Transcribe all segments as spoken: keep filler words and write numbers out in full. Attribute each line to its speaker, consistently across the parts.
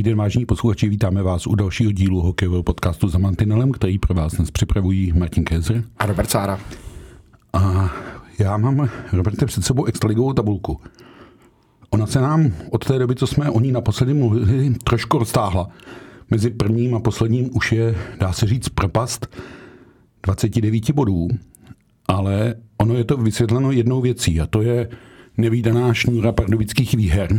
Speaker 1: Dobrý den, vážení posluchači, vítáme vás u dalšího dílu hokejového podcastu Za mantinelem, který pro vás dnes připravují Martin Kézer
Speaker 2: a Robert Sára.
Speaker 1: A já mám, Roberte, před sebou extraligovou tabulku. Ona se nám od té doby, co jsme o ní naposledy mluvili, trošku roztáhla. Mezi prvním a posledním už je, dá se říct, propast dvacet devět bodů, ale ono je to vysvětleno jednou věcí a to je nevídaná šňůra pardubických výher,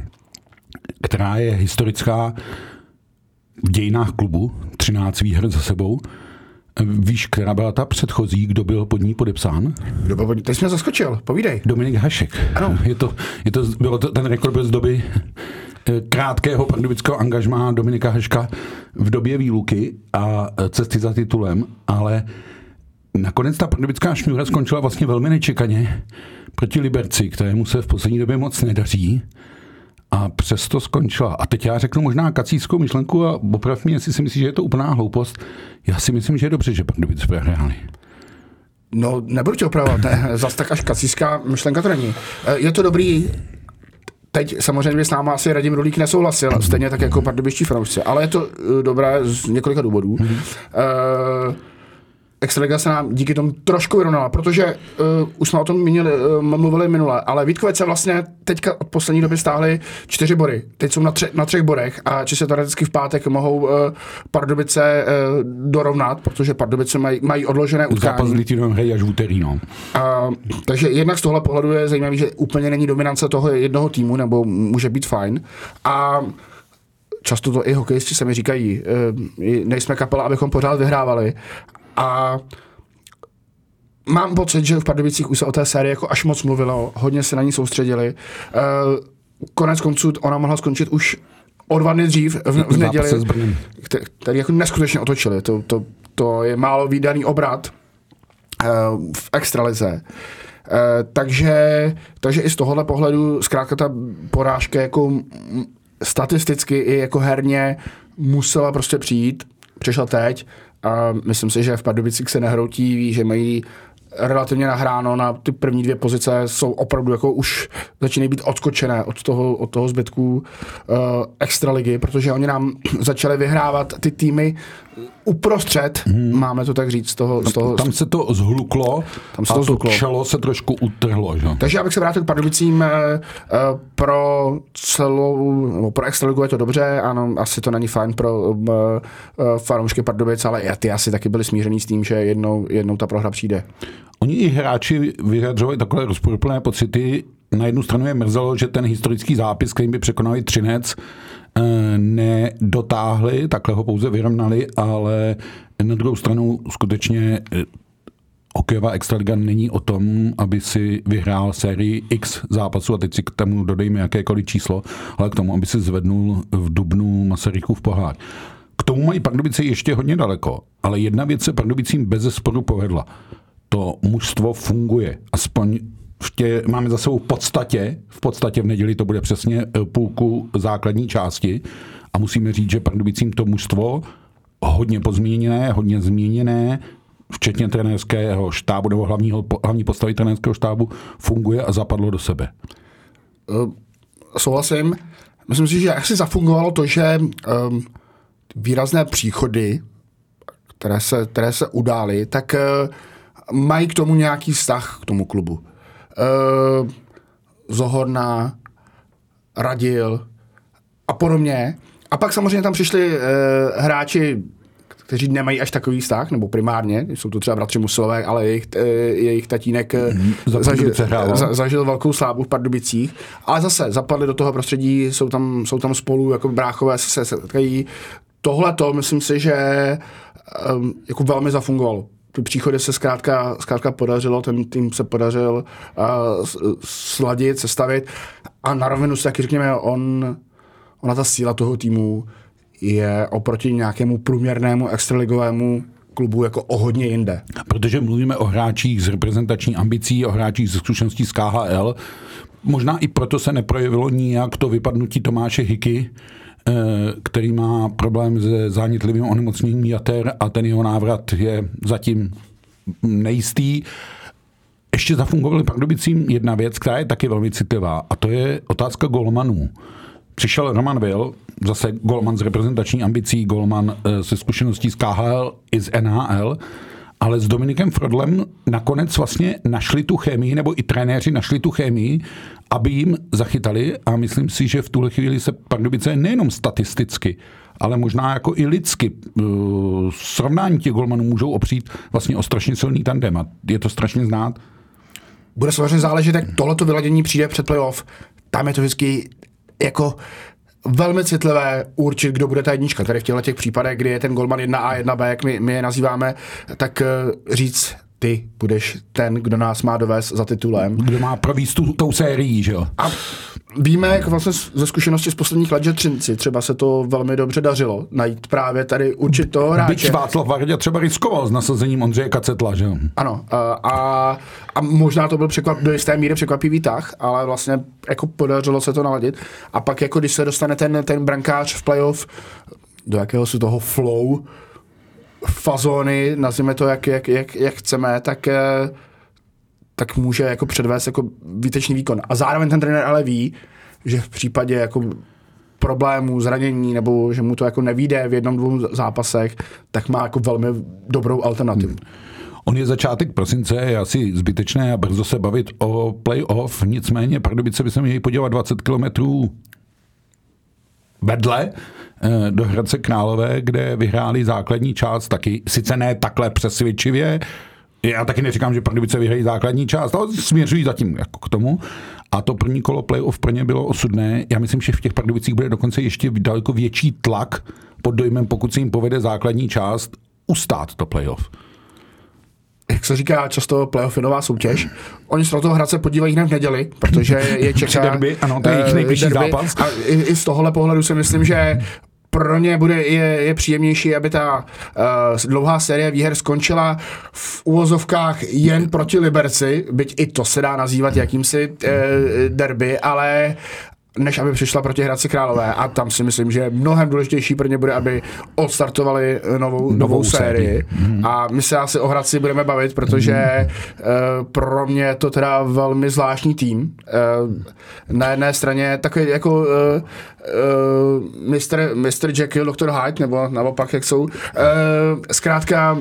Speaker 1: která je historická v dějinách klubu, třináct výher za sebou. Víš, která byla ta předchozí, kdo byl pod ní podepsán?
Speaker 2: Kdo byl pod ní? Teď jsi mě zaskočil, povídej.
Speaker 1: Dominik Hašek.
Speaker 2: Ano.
Speaker 1: Je to, je to, bylo to, ten rekord byl z doby krátkého pardubického angažmá Dominika Haška v době výluky a cesty za titulem, ale nakonec ta pardubická šňůra skončila vlastně velmi nečekaně proti Liberci, kterému se v poslední době moc nedaří. A přesto skončila. A teď já řeknu možná kacířskou myšlenku a oprav mě, jestli si myslíš, že je to úplná hloupost. Já si myslím, že je dobře, že Pardubice prohráli.
Speaker 2: No, nebudu tě opravovat, ne, zas tak až kacířská myšlenka to není. Je to dobrý, teď samozřejmě s náma asi Radim Rulík nesouhlasil, stejně tak jako pardubičtí fanoušci, ale je to dobré z několika důvodů. Mm-hmm. Uh, Extraliga se nám díky tomu trošku vyrovnala, protože uh, už jsme o tom měli, uh, mluvili minule, ale Vítkovice vlastně teďka od poslední doby stáhly čtyři body. Teď jsou na, tři, na třech bodech a čistě teoreticky v pátek mohou uh, Pardubice uh, dorovnat, protože Pardubice maj, mají odložené utkání.
Speaker 1: Zápas s Litvínovem hrají až v úterý, no.
Speaker 2: Uh, takže jednak z tohle pohledu je zajímavý, že úplně není dominance toho jednoho týmu, nebo může být fajn. A často to i hokejisti sami říkají, uh, nejsme kapela, abychom pořád vyhrávali. A mám pocit, že v Pardubicích už se o té sérii jako až moc mluvilo, hodně se na ní soustředili. Konec konců ona mohla skončit už o dva dny dřív v, v neděli, který jako neskutečně otočili. To, to, to je málo vídaný obrat v extralize. Takže, takže i z tohohle pohledu zkrátka ta porážka jako statisticky i jako herně musela prostě přijít. Přišla teď. A myslím si, že v Pardubicích se nehroutí, ví, že mají relativně nahráno na ty první dvě pozice, jsou opravdu jako už začínají být odskočené od toho, od toho zbytku uh, extraligy, protože oni nám začali vyhrávat ty týmy uprostřed, hmm. máme to tak říct, z toho... Z toho
Speaker 1: tam se to zhluklo
Speaker 2: tam se
Speaker 1: a
Speaker 2: to, zhluklo.
Speaker 1: to čelo se trošku utrhlo. Že?
Speaker 2: Takže já bych se vrátil k Pardubicím. Uh, pro celou, nebo pro extraligu je to dobře, ano, asi to není fajn pro uh, uh, fanoušky Pardubic, ale ty asi taky byli smířený s tím, že jednou, jednou ta prohra přijde. Oni
Speaker 1: i hráči vyjadřovali takové rozporuplné pocity. Na jednu stranu je mrzelo, že ten historický zápis, kterým by překonali Třinec, nedotáhli, takhle ho pouze vyrovnali, ale na druhou stranu skutečně hokejová extraliga není o tom, aby si vyhrál sérii X zápasů a teď si k tomu dodejme jakékoliv číslo, ale k tomu, aby si zvednul v dubnu Masarykův pohár. K tomu mají Pardubice ještě hodně daleko, ale jedna věc se Pardubicím bezesporu povedla. To mužstvo funguje. Aspoň vště, máme za sebou v podstatě, v podstatě v neděli to bude přesně půlku základní části a musíme říct, že Pardubicím to mužstvo hodně pozměněné, hodně změněné, včetně trenérského štábu nebo hlavního, hlavní postavy trenérského štábu funguje a zapadlo do sebe.
Speaker 2: Uh, souhlasím. Myslím si, že asi zafungovalo to, že um, výrazné příchody, které se, které se udály, tak uh, mají k tomu nějaký vztah k tomu klubu. Uh, Zohorna, Radil a podobně. A pak samozřejmě tam přišli uh, hráči, kteří nemají až takový vztah, nebo primárně, jsou to třeba bratři Musilové, ale jejich, uh, jejich tatínek uh, zažil, za, zažil velkou slávu v Pardubicích. Ale zase zapadli do toho prostředí, jsou tam, jsou tam spolu, jako bráchové se setkají. Tohleto, myslím si, že um, jako velmi zafungovalo. Ty příchody se zkrátka, zkrátka podařilo, ten tým se podařil uh, sladit, sestavit a na rovinu si taky řekněme, on, ona ta síla toho týmu je oproti nějakému průměrnému extraligovému klubu jako o hodně jinde.
Speaker 1: Protože mluvíme o hráčích s reprezentační ambicí, o hráčích ze zkušeností z K H L. Možná i proto se neprojevilo nijak to vypadnutí Tomáše Hiky, který má problém se zánětlivým onemocněním jater a ten jeho návrat je zatím nejistý. Ještě zafungovaly Pardubicím jedna věc, která je taky velmi citlivá a to je otázka golmanů. přišel Roman Will, zase golman s reprezentační ambicí, golman se zkušeností z K H L i z N H L, ale s Dominikem Frodlem nakonec vlastně našli tu chemii, nebo i trenéři našli tu chemii, aby jim zachytali a myslím si, že v tuhle chvíli se Pardubice nejenom statisticky, ale možná jako i lidsky srovnání těch golmanů můžou opřít vlastně o strašně silný tandem a je to strašně znát.
Speaker 2: Bude samozřejmě záležet, jak tohleto vyladění přijde před playoff. Tam je to vždycky jako velmi citlivé určit, kdo bude ta jednička. Tady v těchto těch případech, kdy je ten golman jedna A, jedna B, jak my, my je nazýváme, tak říct, ty budeš ten, kdo nás má dovést za titulem.
Speaker 1: Kdo má províst tu, tou sérií, že jo?
Speaker 2: A víme, jak vlastně ze zkušenosti z posledních let, že Třinci třeba se to velmi dobře dařilo najít právě tady určit toho hráče.
Speaker 1: Byť Václav Varda třeba riskoval s nasazením Ondřeje Kacetla, že jo?
Speaker 2: Ano. A, a, a možná to byl překvap, do jisté míry překvapivý tah, ale vlastně jako podařilo se to naladit. A pak jako když se dostane ten, ten brankář v playoff do jakéhosi toho flow, fazóny, nazveme to jak, jak, jak, jak chceme, tak, tak může jako předvést jako výtečný výkon. A zároveň ten trenér ale ví, že v případě jako problémů, zranění, nebo že mu to jako nevyjde v jednom, dvou zápasech, tak má jako velmi dobrou alternativu. Hmm.
Speaker 1: On je začátek prosince, je asi zbytečné a brzo se bavit o playoff, nicméně Pardubice by se měli podívat dvacet kilometrů vedle do Hradce Králové, kde vyhráli základní část, taky sice ne takhle přesvědčivě, já taky neříkám, že Pardubice vyhrají základní část, ale směřují zatím jako k tomu. A to první kolo playoff pro ně bylo osudné. Já myslím, že v těch Pardubicích bude dokonce ještě daleko větší tlak pod dojmem, pokud se jim povede základní část, ustát to playoff.
Speaker 2: Jak se říká často, playoff je nová soutěž. Oni se na toho Hradce podívají hned v neděli, protože je čeká
Speaker 1: derby, ano, to je jejich nejbližší zápas.
Speaker 2: A i, i z tohohle pohledu si myslím, že pro ně bude, je, je příjemnější, aby ta uh, dlouhá série výher skončila v uvozovkách jen proti Liberci, byť i to se dá nazývat jakýmsi uh, derby, ale než aby přišla proti Hradci Králové. A tam si myslím, že mnohem důležitější pro ně bude, aby odstartovali novou, novou, novou sérii. Mm. A my se asi o Hradci budeme bavit, protože mm. uh, pro mě je to teda velmi zvláštní tým. Uh, na jedné straně takový jako uh, uh, mister mister Jekyll, doktor Hyde, nebo naopak, jak jsou. Uh, zkrátka,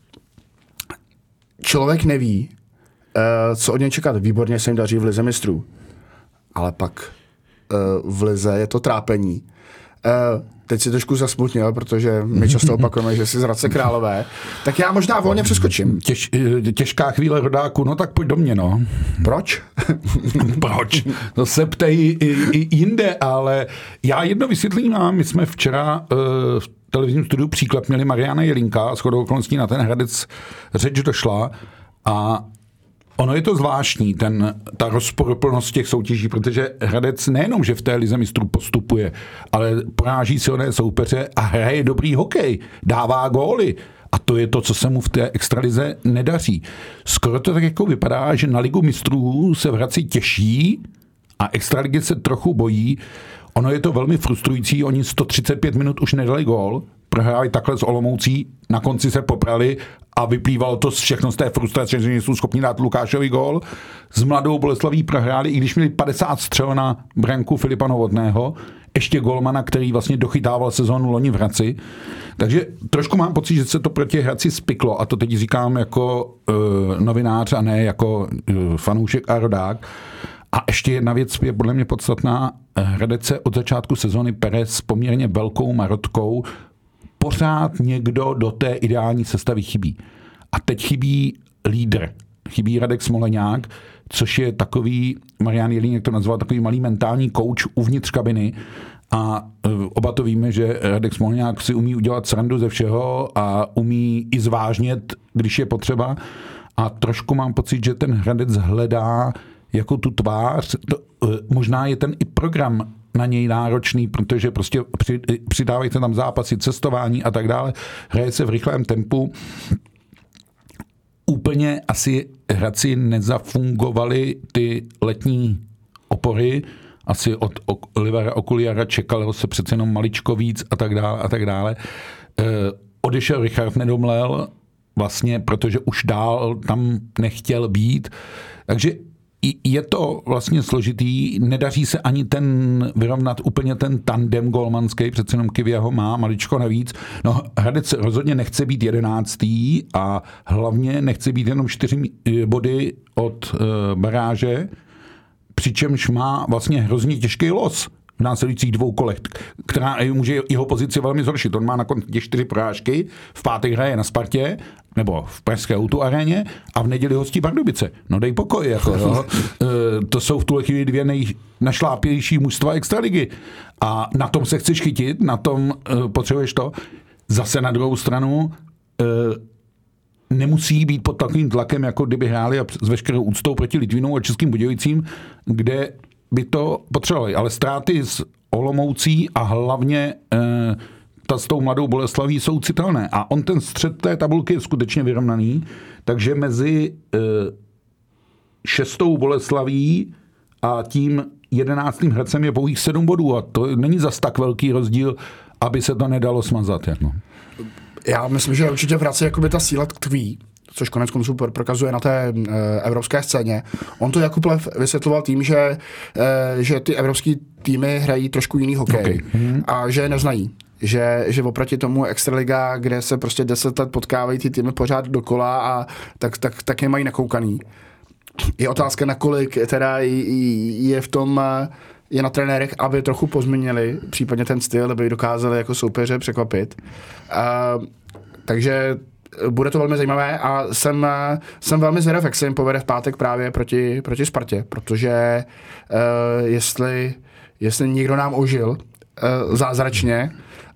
Speaker 2: člověk neví, uh, co od něj čekat. Výborně se jim daří v lize mistrů. Ale pak v lize je to trápení. Teď si trošku zasmutnil, protože my často opakujeme, že si z Hradce Králové. Tak já možná volně přeskočím.
Speaker 1: Těž, těžká chvíle rodáku, no tak pojď do mě, no.
Speaker 2: Proč?
Speaker 1: Proč? To se ptej i, i jinde, ale já jedno vysvětlení mám. My jsme včera uh, v televizním studiu Příklep měli Mariana Jelínka, shodou okolností na ten Hradec řeč došla a ono je to zvláštní, ten, ta rozporuplnost těch soutěží, protože Hradec nejenom, že v té lize mistrů postupuje, ale poráží silné soupeře a hraje dobrý hokej, dává góly. A to je to, co se mu v té extralize nedaří. Skoro to tak jako vypadá, že na ligu mistrů se v Hradci těší a extraligy se trochu bojí. Ono je to velmi frustrující, oni sto třicet pět minut už nedali gól, prohráli takhle s Olomoucí, na konci se poprali a vyplývalo to všechno z té frustrace, že nejsou schopni dát Lukášovi gól. S Mladou Boleslaví prohráli, i když měli padesát střel na branku Filipa Novotného, ještě golmana, který vlastně dochytával sezónu loni v Hradci. Takže trošku mám pocit, že se to proti Hradci spiklo a to teď říkám jako uh, novinář a ne jako uh, fanoušek a rodák. A ještě jedna věc je podle mě podstatná. Hradec se od začátku sezóny pere s poměrně velkou marotkou. Pořád někdo do té ideální sestavy chybí. A teď chybí lídr. Chybí Radek Smoleňák, což je takový, Marian Jelínek to nazval, takový malý mentální kouč uvnitř kabiny. A oba to víme, že Radek Smoleňák si umí udělat srandu ze všeho a umí i zvážnět, když je potřeba. A trošku mám pocit, že ten Hradec hledá jako tu tvář. To, možná je ten i program na něj náročný, protože prostě přidávají se tam zápasy, cestování a tak dále. Hraje se v rychlém tempu. Úplně asi Hradci nezafungovaly ty letní opory. Asi od Olivera Okuliara čekalo se přece jenom maličko víc a tak dále a tak dále. E, odešel Richard Nedomlel vlastně, protože už dál tam nechtěl být. Takže je to vlastně složitý, nedaří se ani ten vyrovnat úplně ten tandem golmanský, přece jenom Kivia ho má maličko navíc. No Hradec rozhodně nechce být jedenáctý a hlavně nechce být jenom čtyři body od uh, baráže, přičemž má vlastně hrozně těžký los v následujících dvou kolech, která může jeho pozici velmi zhoršit. On má na konci těch čtyři porážky, v pátek hraje na Spartě, nebo v pražské Outu aréně a v neděli hostí Pardubice. No dej pokoj, jako, jo. E, to jsou v tuhle chvíli dvě nejnašlápější mužstva extraligy. A na tom se chceš chytit, na tom e, potřebuješ to. Zase na druhou stranu e, nemusí být pod takovým tlakem, jako kdyby hráli a s veškerou úctou proti Litvínu a Českým Budějovicím, kde by to potřebovali. Ale ztráty s Olomoucí a hlavně e, ta s tou Mladou Boleslaví jsou citelné. A on ten střed té tabulky je skutečně vyrovnaný, takže mezi e, šestou Boleslaví a tím jedenáctým Hradcem je pouhých sedm bodů a to není zas tak velký rozdíl, aby se to nedalo smazat. Jako.
Speaker 2: Já myslím, že určitě v Hradci jakoby ta síla tkví, což konec konců prokazuje na té e, evropské scéně. On to Jakub Lev vysvětloval tím, že, e, že ty evropské týmy hrají trošku jiný hokej okay. hmm. a že je neznají. Že, že oproti tomu Extraliga, kde se prostě deset let potkávají ty týmy pořád dokola a tak, tak, tak je mají nakoukaný. Je otázka, nakolik teda je v tom je na trenérech, aby trochu pozměnili případně ten styl, aby dokázali jako soupeře překvapit. Uh, takže bude to velmi zajímavé a jsem, jsem velmi zvědav, jak se jim povede v pátek právě proti, proti Spartě, protože uh, jestli, jestli někdo nám ožil uh, zázračně,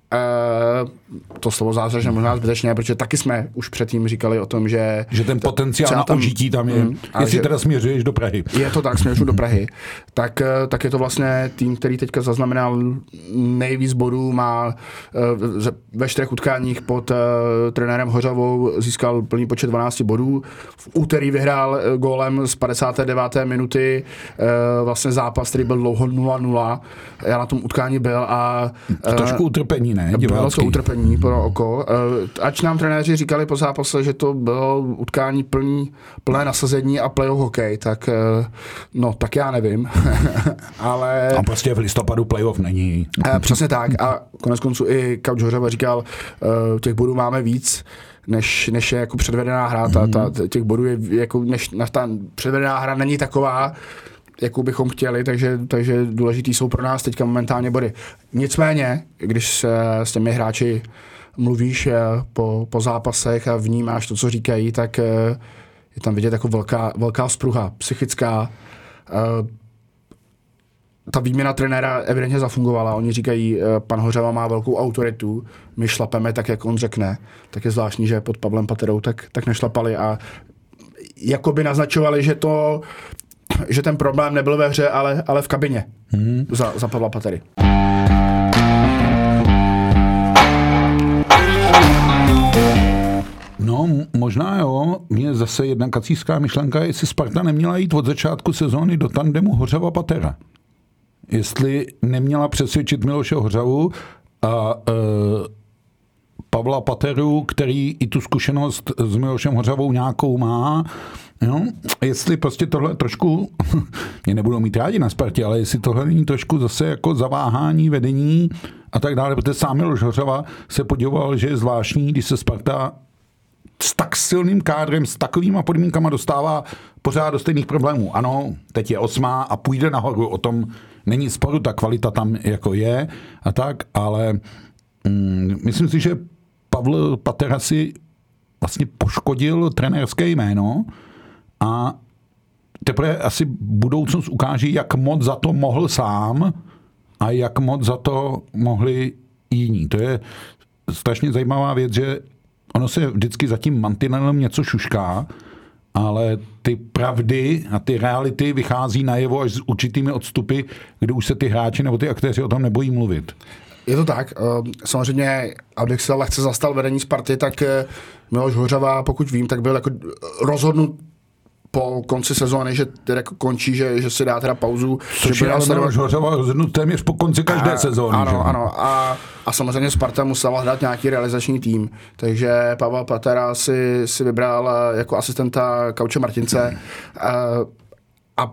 Speaker 2: Uh, to slovo zázračně možná zbytečně, protože taky jsme už předtím říkali o tom, že...
Speaker 1: Že ten potenciál na ožití tam je, mm, jestli že, teda směřuješ do Prahy.
Speaker 2: Je to tak, směřuji do Prahy. Tak, tak je to vlastně tým, který teďka zaznamenal nejvíc bodů, má uh, ve čtyřech utkáních pod uh, trenérem Hořavou získal plný počet dvanáct bodů. V úterý vyhrál uh, gólem z padesáté deváté minuty uh, vlastně zápas, který byl dlouho nula nula. Já na tom utkání byl a...
Speaker 1: Uh, Trošku utrpení, ne?
Speaker 2: Bylo to utrpení pro oko. Ač nám trenéři říkali po zápase, že to bylo utkání plný, plné nasazení a playoff hokej, tak no, tak já nevím. Ale...
Speaker 1: A prostě v listopadu playoff není.
Speaker 2: Přesně tak. A konec konců i Kauč Hořava říkal, těch bodů máme víc, než, než je jako předvedená hra. Ta, ta, těch bodů je jako, než ta předvedená hra není taková, jakou bychom chtěli, takže, takže důležitý jsou pro nás teďka momentálně body. Nicméně, když se s těmi hráči mluvíš po, po zápasech a vnímáš to, co říkají, tak je tam vidět jako velká, velká spruha, psychická. Ta výměna trenéra evidentně zafungovala. Oni říkají, pan Hořava má velkou autoritu, my šlapeme tak, jak on řekne. Tak je zvláštní, že pod Pavlem Paterou tak, tak nešlapali a jakoby naznačovali, že to že ten problém nebyl ve hře, ale, ale v kabině hmm. za, za Pavla Patery.
Speaker 1: No, možná jo. Mně zase jedna kacířská myšlenka, jestli Sparta neměla jít od začátku sezóny do tandemu Hořava Patera. Jestli neměla přesvědčit Miloše Hořavu a e, Pavla Pateru, který i tu zkušenost s Milošem Hořavou nějakou má. Jo? Jestli prostě tohle trošku, mě nebudou mít rádi na Spartě, ale jestli tohle není trošku zase jako zaváhání vedení a tak dále, protože sám Miloš Hořava se podíval, že je zvláštní, když se Sparta s tak silným kádrem, s takovýma podmínkama dostává pořád do stejných problémů. Ano, teď je osmá a půjde nahoru, o tom není sporu, ta kvalita tam jako je a tak, ale mm, myslím si, že Pavel Patera si vlastně poškodil trenérské jméno a teprve asi budoucnost ukáže, jak moc za to mohl sám a jak moc za to mohli jiní. To je strašně zajímavá věc, že ono se vždycky za tím mantinelem něco šušká, ale ty pravdy a ty reality vychází najevo až s určitými odstupy, kdy už se ty hráči nebo ty aktéři o tom nebojí mluvit.
Speaker 2: Je to tak. Samozřejmě, abych se lehce zastal vedení Sparty, tak Miloš Hořava, pokud vím, tak byl jako rozhodnut po konci sezóny, že teda končí, že, že si dá teda pauzu.
Speaker 1: Což
Speaker 2: že
Speaker 1: je ale Miloš Hořava rozhodnut téměř po konci každé a, sezóny.
Speaker 2: Ano,
Speaker 1: že?
Speaker 2: ano. A, a samozřejmě Sparta musela hledat nějaký realizační tým. Takže Pavel Patera si, si vybral jako asistenta Kauče Martince. A, a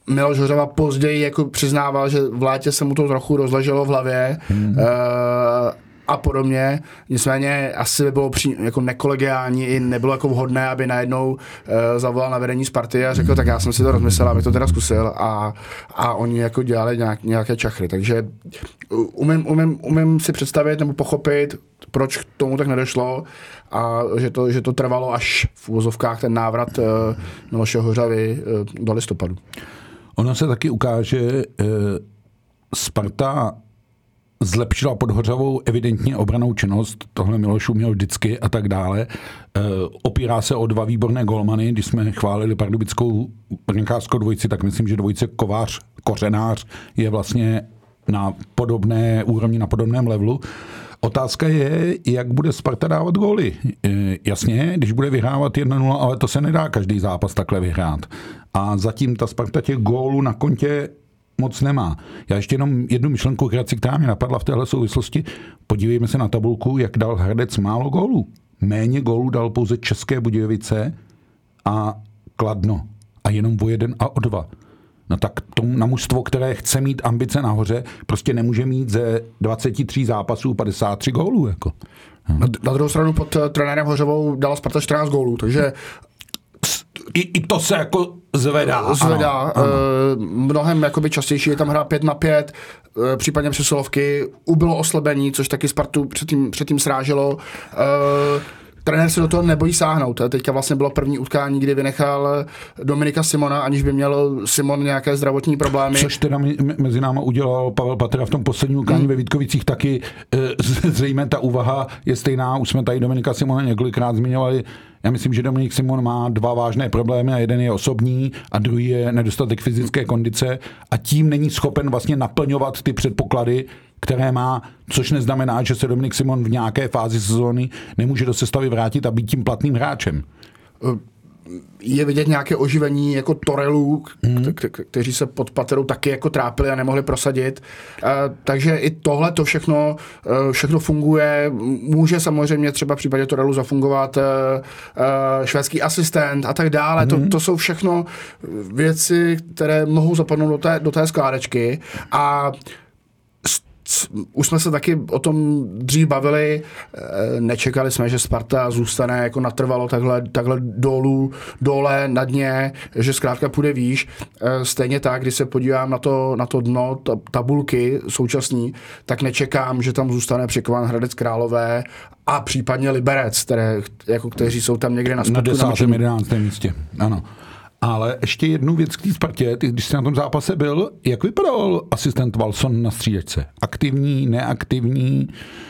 Speaker 2: Miloš Hořava později jako přiznával, že v létě se mu to trochu rozleželo v hlavě hmm. uh, a podobně. Nicméně asi by bylo při, jako nekolegiální i nebylo jako vhodné, aby najednou uh, zavolal na vedení Sparty a řekl, hmm. tak já jsem si to rozmyslel, abych to teda zkusil a, a oni jako dělali nějak, nějaké čachry. Takže umím, umím, umím si představit nebo pochopit, proč k tomu tak nedošlo a že to, že to trvalo až v uvozovkách ten návrat uh, Miloše Hořavy uh, do listopadu.
Speaker 1: Ono se taky ukáže, uh, Sparta zlepšila pod Hořavou evidentně obrannou činnost, tohle Miloš uměl vždycky a tak dále. Uh, opírá se o dva výborné golmany, když jsme chválili pardubickou brankářskou dvojici, tak myslím, že dvojice Kovář, Kořenář je vlastně na podobné úrovni, na podobném levelu. Otázka je, jak bude Sparta dávat góly. E, jasně, když bude vyhrávat jedna nula, ale to se nedá každý zápas takhle vyhrát. A zatím ta Sparta těch gólů na kontě moc nemá. Já ještě jenom jednu myšlenku krátce, která mě napadla v téhle souvislosti. Podívejme se na tabulku, jak dal Hradec málo gólů. Méně gólů dal pouze České Budějovice a Kladno. A jenom o jeden a o dva. No tak to na mužstvo, které chce mít ambice nahoře, prostě nemůže mít ze dvacet tři zápasů padesát tři gólů. Jako.
Speaker 2: Hmm. Na, na druhou stranu pod uh, trenérem Hořavou dala Sparta čtrnáct gólů, takže
Speaker 1: I, i to se jako zvedá.
Speaker 2: Zvedá. Ano, ano. Uh, mnohem jakoby častější je tam hra pět na pět, uh, případně přesilovky, ubylo oslabení, což taky Spartu předtím, předtím sráželo. Uh, Trenér se do toho nebojí sáhnout. Teďka vlastně bylo první utkání, kdy vynechal Dominika Simona, aniž by měl Simon nějaké zdravotní problémy.
Speaker 1: Což teda mezi náma udělal Pavel Patera v tom posledním utkání hmm. ve Vítkovicích taky. Zřejmě ta úvaha je stejná. Už jsme tady Dominika Simona několikrát zmiňovali. Já myslím, že Dominik Simon má dva vážné problémy a jeden je osobní a druhý je nedostatek fyzické kondice a tím není schopen vlastně naplňovat ty předpoklady, které má, což neznamená, že se Dominik Simon v nějaké fázi sezóny nemůže do sestavy vrátit a být tím platným hráčem.
Speaker 2: Je vidět nějaké oživení jako Torelů, hmm. kteří se pod Paterou taky jako trápili a nemohli prosadit. Takže i tohle to všechno, všechno funguje. Může samozřejmě třeba v případě Torelu zafungovat švédský asistent a tak dále. Hmm. To, to jsou všechno věci, které mohou zapadnout do té, do té skládečky a už jsme se taky o tom dřív bavili, nečekali jsme, že Sparta zůstane jako natrvalo takhle, takhle dolů, dole, na dně, že zkrátka půjde výš. Stejně tak, když se podívám na to, na to dno tabulky současný, tak nečekám, že tam zůstane Příkovan, Hradec Králové a případně Liberec, které, jako, kteří jsou tam někde na spodku.
Speaker 1: Na desátém jedenáctém místě, ano. Ale ještě jednu věc k té Spartě, ty, když jsi na tom zápase byl, jak vypadal asistent Walson na střídačce? Aktivní, neaktivní,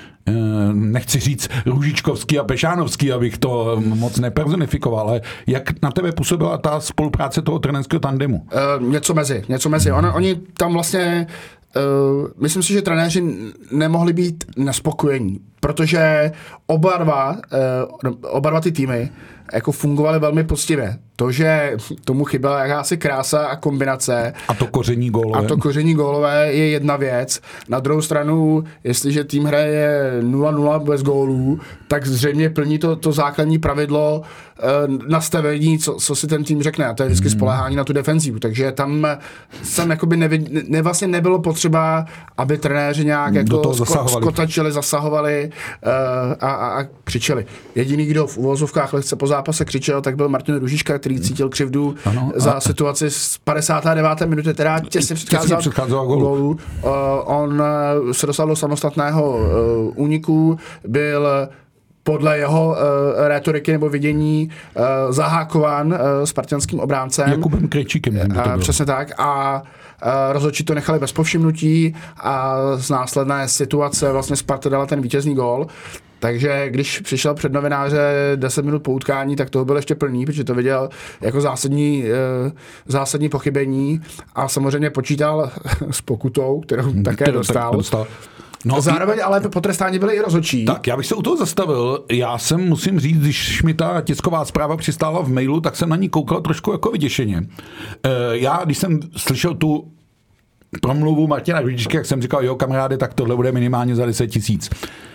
Speaker 1: nechci říct Růžičkovský a Pešánovský, abych to moc nepersonifikoval, ale jak na tebe působila ta spolupráce toho trenérského tandemu?
Speaker 2: Uh, něco mezi, něco mezi. On, oni tam vlastně, uh, myslím si, že trenéři nemohli být nespokojení, protože oba dva, uh, oba dva ty týmy jako fungovaly velmi poctivě. To, že tomu chyběla jakási krása a kombinace.
Speaker 1: A to koření gólové.
Speaker 2: A to koření gólové je jedna věc. Na druhou stranu, jestliže tým hraje nula nula bez gólů, tak zřejmě plní to, to základní pravidlo e, nastavení, co, co si ten tým řekne. A to je vždycky hmm. spoléhání na tu defenzivu. Takže tam jsem jakoby nevid, ne, vlastně nebylo potřeba, aby trenéři nějak jako sko, skotačili, zasahovali e, a, a, a křičeli. Jediný, kdo v uvozovkách lehce po zápase křičel, tak byl Martin Růžička, který cítil křivdu ano, za a... situaci z padesáté deváté minuty, teda těsně předcházel,
Speaker 1: předcházel
Speaker 2: gólu. Uh, on uh, se dostal do samostatného uh, úniku, byl podle jeho uh, rétoriky nebo vidění uh, zahákován uh, spartanským obráncem.
Speaker 1: Jakubem Krejčíkem.
Speaker 2: Uh, přesně tak. A uh, rozhodčí to nechali bez povšimnutí a z následné situace vlastně Sparta dala ten vítězný gól. Takže když přišel před novináře deset minut po utkání, tak toho byl ještě plný, protože to viděl jako zásadní, zásadní pochybení a samozřejmě počítal s pokutou, kterou hmm, také kterou dostal. dostal. No, zároveň ale potrestání byly i rozhodčí.
Speaker 1: Tak já bych se u toho zastavil. Já jsem, musím říct, když mi ta tisková zpráva přistála v mailu, tak jsem na ní koukal trošku jako vyděšeně. Já, když jsem slyšel tu promluvu Martina Růžičky, jak jsem říkal, jo, kamaráde, tak tohle bude minimálně za deset tisíc.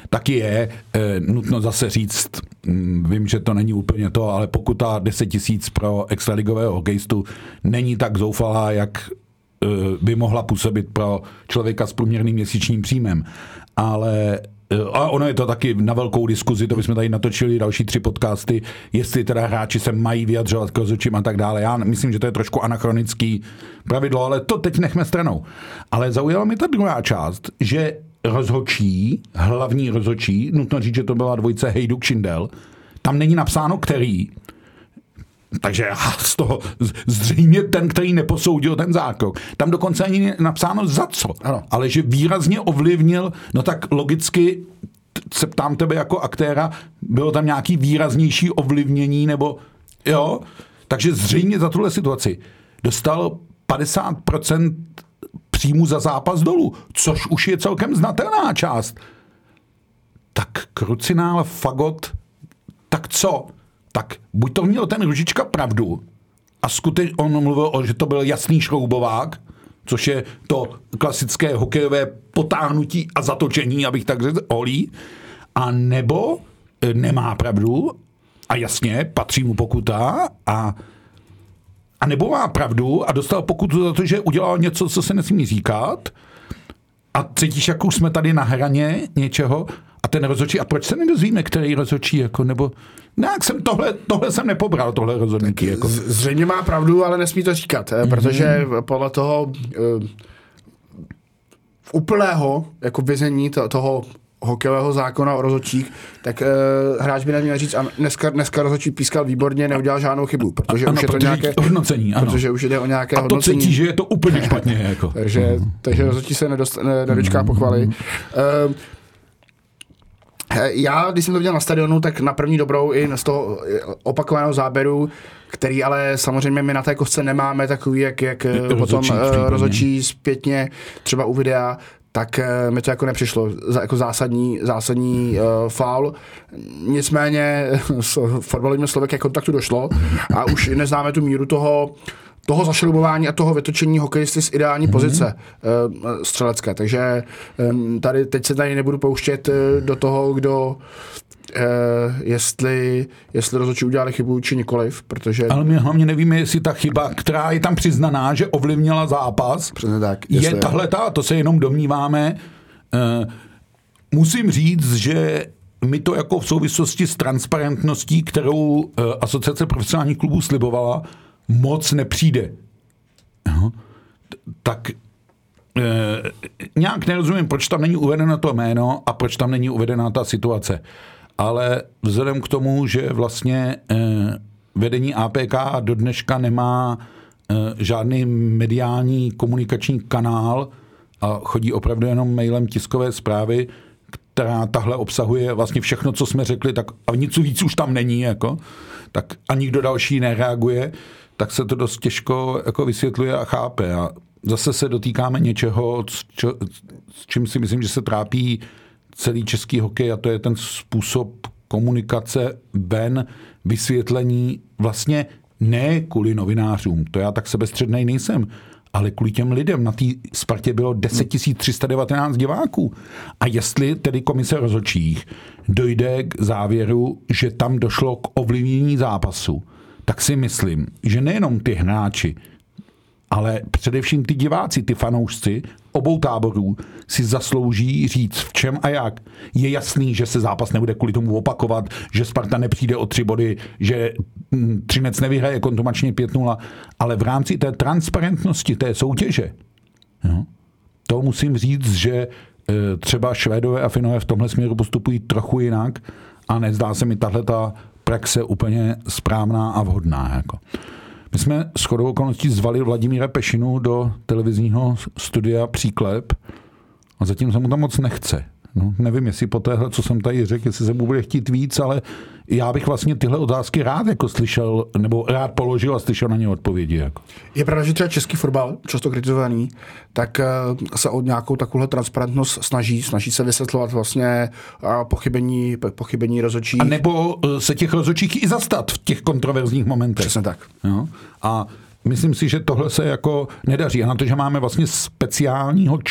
Speaker 1: taky je e, nutno zase říct, m, vím, že to není úplně to, ale pokuta deset tisíc pro extraligového hokejistu není tak zoufalá, jak e, by mohla působit pro člověka s průměrným měsíčním příjmem. Ale a ono je to taky na velkou diskuzi, to bychom tady natočili další tři podcasty, jestli teda hráči se mají vyjadřovat k rozhodčím a tak dále. Já myslím, že to je trošku anachronický pravidlo, ale to teď nechme stranou. Ale zaujala mi ta druhá část, že rozhodčí, hlavní rozhodčí, nutno říct, že to byla dvojice Hejduk Šindel, tam není napsáno který, takže z toho zřejmě ten, který neposoudil ten zákrok. Tam dokonce ani napsáno za co, ano. Ale že výrazně ovlivnil, no tak logicky se ptám tebe jako aktéra, bylo tam nějaký výraznější ovlivnění, nebo jo, takže zřejmě za tuhle situaci dostal padesát procent příjmu za zápas dolů, což už je celkem znatelná část. Tak krucinál, fagot, tak co? Tak buď to měl ten Růžička pravdu a skutečně on mluvil, že to byl jasný šroubovák, což je to klasické hokejové potáhnutí a zatočení, abych tak řekl, olí, a nebo nemá pravdu a jasně, patří mu pokuta a, a nebo má pravdu a dostal pokutu za to, že udělal něco, co se nesmí říkat a cítíš, jak už jsme tady na hraně něčeho a ten rozhodčí, a proč se nedozvíme, který rozhodčí, jako, nebo nějak jsem tohle, tohle jsem nepobral, tohle rozhodnutí. Jako.
Speaker 2: Zřejmě má pravdu, ale nesmí to říkat, mm-hmm. protože podle toho v úplného jako vězení to, toho hokejového zákona o rozhodčích, tak uh, hráč by neměl říct, a dneska, dneska rozhodčí pískal výborně, neudělal žádnou chybu, protože
Speaker 1: ano,
Speaker 2: už je to nějaké
Speaker 1: hodnocení, ano.
Speaker 2: Protože už jde o nějaké
Speaker 1: a
Speaker 2: hodnocení.
Speaker 1: A to cítí, že je to úplně špatně. Jako.
Speaker 2: takže, mm. takže rozhodčí se nedost, ne, nedočká pochvaly. Mm. Uh, Já, když jsem to viděl na stadionu, tak na první dobrou i z toho opakovaného záběru, který ale samozřejmě my na té kostce nemáme takový, jak, jak potom rozhodčí zpětně třeba u videa, tak mi to jako nepřišlo jako zásadní, zásadní uh, faul. Nicméně s fotbalovým slovy ke kontaktu došlo a už neznáme tu míru toho toho zašroubování a toho vytočení hokejisty z ideální mm-hmm. pozice uh, střelecké. Takže um, tady teď se tady nebudu pouštět uh, do toho, kdo uh, jestli, jestli rozhodčí udělali chybu či nikoliv, protože...
Speaker 1: Ale my hlavně nevíme, jestli ta chyba, která je tam přiznaná, že ovlivnila zápas,
Speaker 2: tak,
Speaker 1: je tahle ta, to se jenom domníváme. Uh, musím říct, že mi to jako v souvislosti s transparentností, kterou uh, Asociace profesionálních klubů slibovala, moc nepřijde. No, tak e, nějak nerozumím, proč tam není uvedeno to jméno a proč tam není uvedena ta situace. Ale vzhledem k tomu, že vlastně e, vedení A P K do dneška nemá e, žádný mediální komunikační kanál a chodí opravdu jenom mailem tiskové zprávy, která tahle obsahuje vlastně všechno, co jsme řekli, tak a nic víc už tam není, jako, tak a nikdo další nereaguje, tak se to dost těžko jako vysvětluje a chápe. A zase se dotýkáme něčeho, s, čo, s čím si myslím, že se trápí celý český hokej, a to je ten způsob komunikace ven, vysvětlení vlastně ne kvůli novinářům, to já tak sebestřednej nejsem, ale kvůli těm lidem. Na té Spartě bylo deset tisíc tři sta devatenáct diváků. A jestli tedy komise rozhodčích dojde k závěru, že tam došlo k ovlivnění zápasu, tak si myslím, že nejenom ty hráči, ale především ty diváci, ty fanoušci obou táborů si zaslouží říct v čem a jak. Je jasný, že se zápas nebude kvůli tomu opakovat, že Sparta nepřijde o tři body, že Třinec nevyhraje kontumačně pět nula, ale v rámci té transparentnosti té soutěže, jo, to musím říct, že třeba Švédové a Finové v tomhle směru postupují trochu jinak a nezdá se mi tahleta praxe úplně správná a vhodná. Jako. My jsme shodou okolností zvali Vladimíra Pešinu do televizního studia Příklep a zatím se mu tam moc nechce. No, nevím, jestli po téhle, co jsem tady řekl, jestli se mu bude chtít víc, ale já bych vlastně tyhle otázky rád jako slyšel, nebo rád položil a slyšel na ně odpovědi. Jako.
Speaker 2: Je pravda, že třeba český fotbal, často kritizovaný, tak se o nějakou takovouhle transparentnost snaží, snaží se vysvětlovat vlastně pochybení, pochybení rozhodčích.
Speaker 1: A nebo se těch rozhodčích i zastat v těch kontroverzních momentech.
Speaker 2: Přesně tak.
Speaker 1: Jo? A myslím si, že tohle se jako nedaří. A na to, že máme vlastně speciálního č-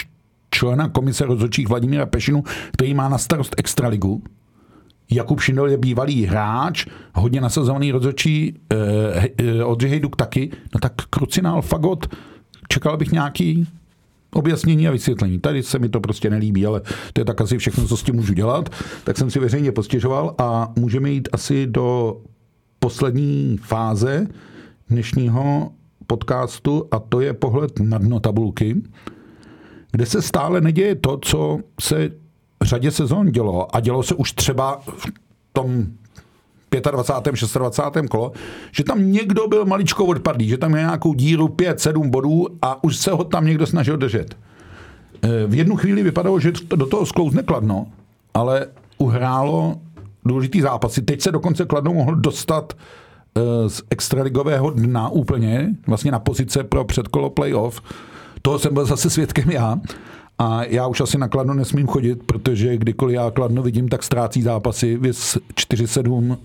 Speaker 1: člena komise rozhodčích Vladimíra Pešinu, který má na starost extraligu. Jakub Šindel je bývalý hráč, hodně nasazovaný rozhodčí, eh, Oldřich Hejduk taky. No tak krucinál, fagot, čekal bych nějaký objasnění a vysvětlení. Tady se mi to prostě nelíbí, ale to je tak asi všechno, co s tím můžu dělat. Tak jsem si veřejně postěžoval a můžeme jít asi do poslední fáze dnešního podcastu a to je pohled na dno tabulky, kde se stále neděje to, co se v řadě sezón dělo a dělo se už třeba v tom dvacátém pátém, dvacátém šestém kolo, že tam někdo byl maličko odpadlý, že tam je nějakou díru pět sedm bodů a už se ho tam někdo snažil držet. V jednu chvíli vypadalo, že do toho sklouzne Kladno, ale uhrálo důležitý zápasy. Teď se dokonce Kladno mohl dostat z extraligového dna úplně, vlastně na pozice pro předkolo playoff. Toho jsem byl zase svědkem já. A já už asi na Kladno nesmím chodit, protože kdykoliv já Kladno vidím, tak ztrácí zápasy. Vys čtyři sedm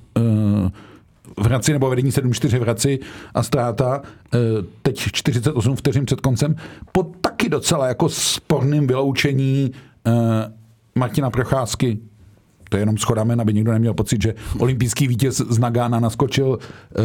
Speaker 1: v Hradci nebo vedení sedm čtyři v Hradci a ztráta teď čtyřicet osm vteřin před koncem. Po taky docela jako sporným vyloučení Martina Procházky. To je jenom schodamen, aby někdo neměl pocit, že olympijský vítěz z Nagána naskočil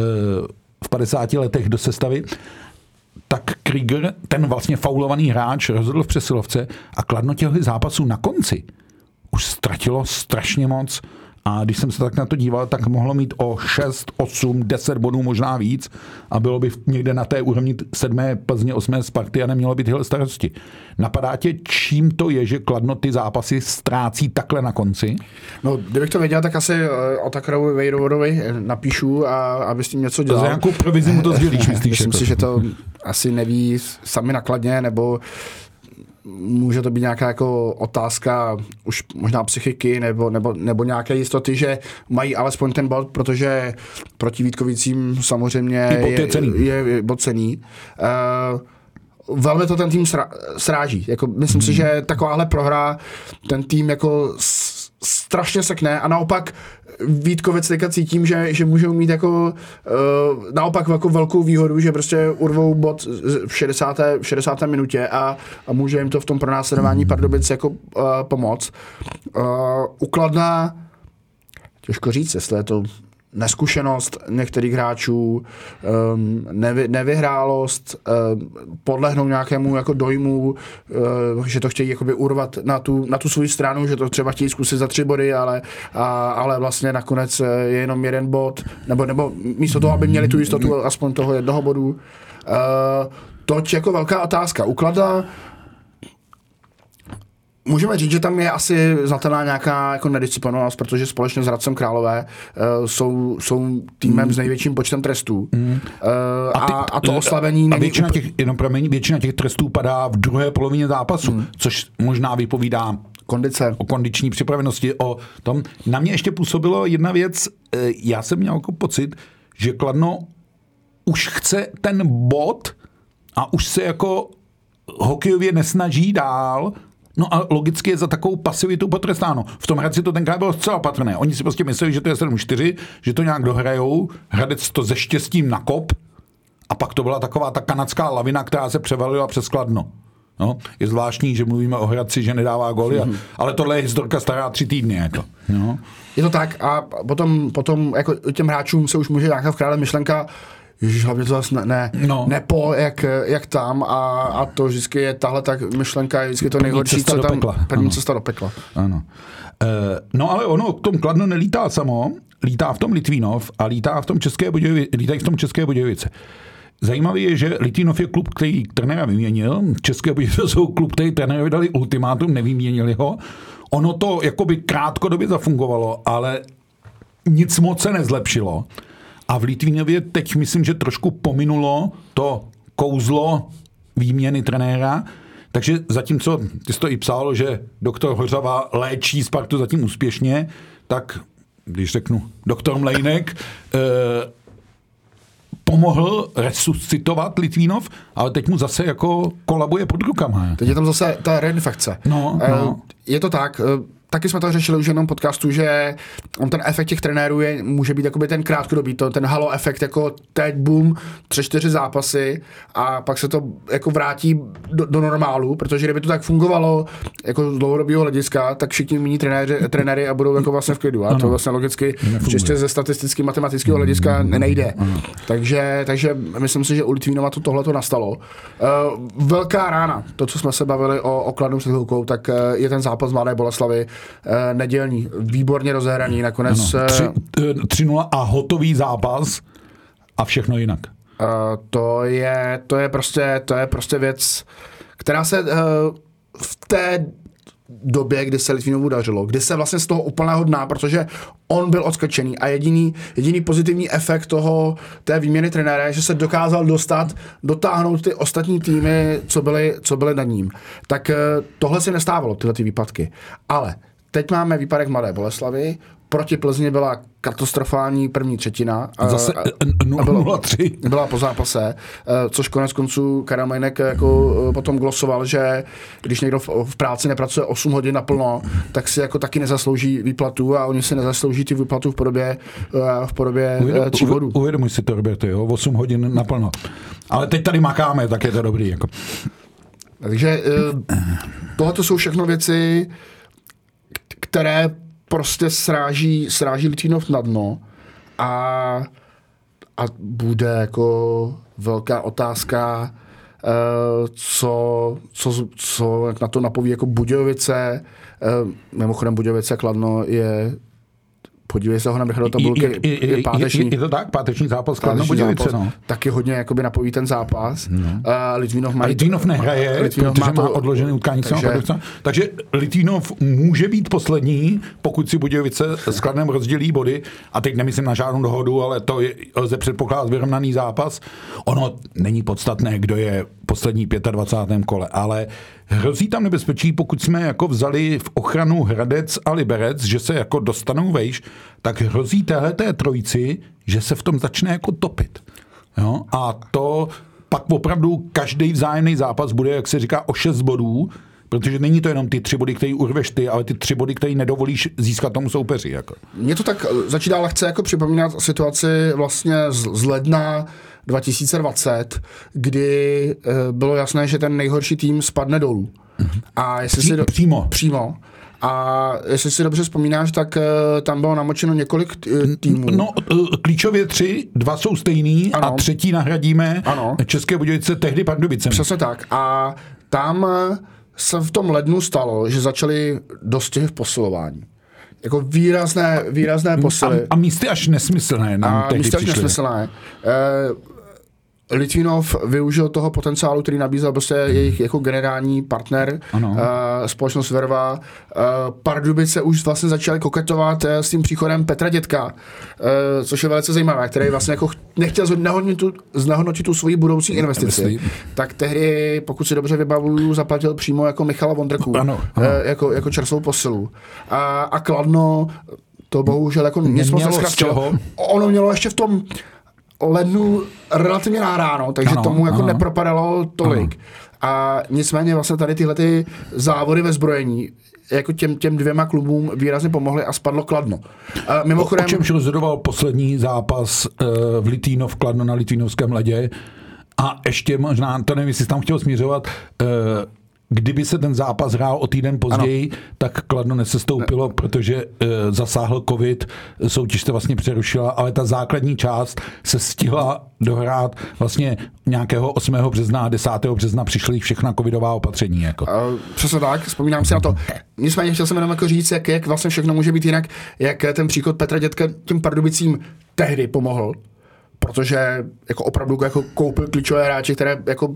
Speaker 1: v padesáti letech do sestavy. Tak Krieger, ten vlastně faulovaný hráč, rozhodl v přesilovce a Kladno těch zápasů na konci už ztratilo strašně moc a když jsem se tak na to díval, tak mohlo mít o šest, osm, deset bodů možná víc a bylo by někde na té úrovni sedmé Plzně, osmé Sparty a nemělo by tyhle starosti. Napadá tě, čím to je, že Kladno ty zápasy ztrácí takhle na konci?
Speaker 2: No, kdybych to věděl, tak asi o Takarovi Vejrovodovi napíšu a aby s tím něco dělal.
Speaker 1: To za nějakou provizi mu to sdělíš, myslíš?
Speaker 2: Myslím
Speaker 1: jako?
Speaker 2: si, že to asi neví sami na Kladně, nebo může to být nějaká jako otázka už možná psychiky nebo, nebo, nebo nějaké jistoty, že mají alespoň ten bod, protože proti Vítkovicím samozřejmě je, je, je, je bod cený. Uh, velmi to ten tým sra, sráží. Jako, myslím hmm. si, že takováhle prohra ten tým jako s, strašně sekne a naopak Vítkovic teďka cítím, že, že můžou mít jako uh, naopak jako velkou výhodu, že prostě urvou bod v šedesáté, v šedesáté minutě a, a může jim to v tom pronásledování Pardubic jako uh, pomoct. Uh, ukladná, těžko říct, jestli je to neskušenost některých hráčů, um, nevy, nevyhrálost, um, podlehnou nějakému jako dojmu, uh, že to chtějí jakoby urvat na tu, na tu svou stranu, že to třeba chtějí zkusit za tři body, ale, a, ale vlastně nakonec je jenom jeden bod, nebo, nebo místo toho, aby měli tu jistotu aspoň toho jednoho bodu. Uh, toť jako velká otázka. Ukladla můžeme říct, že tam je asi znatelná nějaká jako nedisciplinovanost, protože společně s Hradcem Králové uh, jsou, jsou týmem mm. s největším počtem trestů. Mm. Uh, a, ty, a, a to oslavení...
Speaker 1: A většina, těch, jenom promiň, většina těch trestů padá v druhé polovině zápasu, mm. což možná vypovídá
Speaker 2: kondice.
Speaker 1: O kondiční připravenosti, o tom. Na mě ještě působilo jedna věc, já jsem měl jako pocit, že Kladno už chce ten bod a už se jako hokejově nesnaží dál. No a logicky je za takovou pasivitu potrestáno. V tom Hradci to tenkrát bylo zcela patrné. Oni si prostě mysleli, že to je sedm čtyři, že to nějak dohrajou, Hradec to se štěstím nakop a pak to byla taková ta kanadská lavina, která se převalila přes Kladno. No, je zvláštní, že mluvíme o Hradci, že nedává góly, mm-hmm. ale tohle je historka stará tři týdny. Jako. No.
Speaker 2: Je to tak a potom, potom jako těm hráčům se už může nějaká vkrádat myšlenka, Ježiš, hlavně to zase ne, ne, no. nepo, jak, jak tam a, a to vždycky je tahle tak myšlenka, je vždycky to nejhorší, co tam, první cesta do pekla.
Speaker 1: Ano. E, no ale ono k tom Kladno nelítá samo, lítá v tom Litvínov a lítá v tom České Budějovice, lítají v tom České Budějovice. Zajímavé je, že Litvínov je klub, který trenéra vyměnil, České Budějovice jsou klub, který trenérovi dali ultimátum, nevyměnili ho. Ono to jakoby krátkodobě zafungovalo, ale nic moc se nezlepšilo. A v Litvínově teď myslím, že trošku pominulo to kouzlo výměny trenéra, takže zatímco, ty jsi to i psal, že doktor Hořava léčí Spartu zatím úspěšně, tak když řeknu doktor Mlejnek eh, pomohl resuscitovat Litvínov, ale teď mu zase jako kolabuje pod rukama.
Speaker 2: Teď je tam zase ta reinfekce.
Speaker 1: No, no.
Speaker 2: Je to tak, taky jsme to řešili už v jednom podcastu, že on ten efekt těch trenérů je, může být jakoby ten krátkodobý, to, ten halo efekt, jako teď boom, tři, čtyři zápasy a pak se to jako vrátí do, do normálu, protože kdyby to tak fungovalo jako z dlouhodobého hlediska, tak všichni mění trenéři, trenéry a budou jako vlastně v klidu. A ano. To vlastně logicky nefunguje. Čistě ze statisticky matematického hlediska nejde. Ano. Takže, takže myslím si, že u Litvínova to tohle to nastalo. Uh, velká rána, to, co jsme se bavili o, o Kladnu před chvilkou, tak uh, je ten zápas Mladé Boleslavy uh, nedělní, výborně rozehraný, nakonec
Speaker 1: tři nula a hotový zápas a všechno jinak.
Speaker 2: Uh, to je, to je prostě, to je prostě věc, která se uh, v té době, kdy se Litvínovu dařilo, kdy se vlastně z toho úplného dna, protože on byl odskočený a jediný, jediný pozitivní efekt toho, té výměny trenéra je, že se dokázal dostat, dotáhnout ty ostatní týmy, co byly, co byly na ním. Tak uh, tohle se nestávalo, tyhle ty výpadky. Ale teď máme výpadek Mladé Boleslavy, proti Plzni byla katastrofální první třetina.
Speaker 1: Zase nula tři.
Speaker 2: Byla po zápase, což konec konců Karel Majnek jako potom glosoval, že když někdo v práci nepracuje osm hodin naplno, tak si jako taky nezaslouží výplatu a oni si nezaslouží ty výplatu v podobě, v podobě
Speaker 1: Uvědom,
Speaker 2: tří bodů.
Speaker 1: Uvědomuj si to, Roberto, jo? osm hodin naplno. Ale teď tady makáme, tak je to dobrý. Jako.
Speaker 2: Takže tohle jsou všechno věci, které prostě sráží, sráží Litvínov na dno a, a bude jako velká otázka, uh, co, co, co jak na to napoví jako Budějovice. Uh, mimochodem Budějovice Kladno je, podívej se ho na do tabulky, je, je, je, páteční.
Speaker 1: Je, je to tak? Páteční zápas Kladno Budějovice, no.
Speaker 2: Taky hodně jakoby napoví ten zápas. No. Uh, Litvínov má...
Speaker 1: A Litvínov nehraje, Litvínov protože má, to, má odložené utkání. Takže... takže Litvínov může být poslední, pokud si Budějovice s Kladnem rozdělí body. A teď nemyslím na žádnou dohodu, ale to je, lze předpokládat vyrovnaný zápas. Ono není podstatné, kdo je poslední dvacátém pátém kole, ale hrozí tam nebezpečí, pokud jsme jako vzali v ochranu Hradec a Liberec, že se jako dostanou vejš, tak hrozí téhleté trojici, že se v tom začne jako topit. Jo? A to pak opravdu každý vzájemný zápas bude, jak se říká, o šest bodů, protože není to jenom ty tři body, které urveš ty, ale ty tři body, které nedovolíš získat tomu soupeři. Jako.
Speaker 2: Mně to tak začíná lehce jako připomínat situaci vlastně z, z ledna dva tisíce dvacet, kdy e, bylo jasné, že ten nejhorší tým spadne dolů. A jestli
Speaker 1: Pří,
Speaker 2: si do,
Speaker 1: přímo.
Speaker 2: Přímo. A jestli si dobře vzpomínáš, tak uh, tam bylo namočeno několik uh, týmů.
Speaker 1: No, uh, klíčově tři, dva jsou stejný ano. A třetí nahradíme ano. České Budějovice tehdy Pardubicemi.
Speaker 2: Přesně tak. A tam se v tom lednu stalo, že začali dostihy v posilování. Jako výrazné, výrazné posily.
Speaker 1: A, a místy až nesmyslné.
Speaker 2: A místy až nesmyslné. Uh, Litvínov využil toho potenciálu, který nabízel prostě jejich jako generální partner, uh, společnost Verva. Uh, Pardubice už vlastně začaly koketovat uh, s tím příchodem Petra Dětka, uh, což je velice zajímavé, který vlastně jako nechtěl znehodnotit tu, znehodnotit tu svoji budoucí investici. Myslím. Tak tehdy, pokud si dobře vybavuju, zaplatil přímo jako Michala Vondrku, ano, ano. Uh, jako, jako čerstvou posilu. A, a Kladno to bohužel jako nic moc neskrátilo. Ono mělo ještě v tom lednu relativně náráno, takže ano, tomu jako ano. nepropadalo tolik. Ano. A nicméně vlastně tady tyhle ty závody ve zbrojení jako těm, těm dvěma klubům výrazně pomohly a spadlo Kladno. A mimochodem...
Speaker 1: O čemž rozhodoval poslední zápas uh, v Litvínov Kladno na Litvínovském ledě a ještě možná, to nevím, jestli jsi tam chtěl směřovat, uh, kdyby se ten zápas hrál o týden později, ano. tak Kladno nesestoupilo, ne. protože e, zasáhl covid, soutěž se vlastně přerušila, ale ta základní část se stihla dohrát vlastně nějakého osmého března a desátého března přišly všechna covidová opatření. Jako.
Speaker 2: Uh, přesně tak, vzpomínám si na to. Nicméně chtěl jsem jenom jako říct, jak, jak vlastně všechno může být jinak, jak ten příchod Petra Dětka těm Pardubicím tehdy pomohl, protože jako opravdu jako koupil klíčové hráče, které jako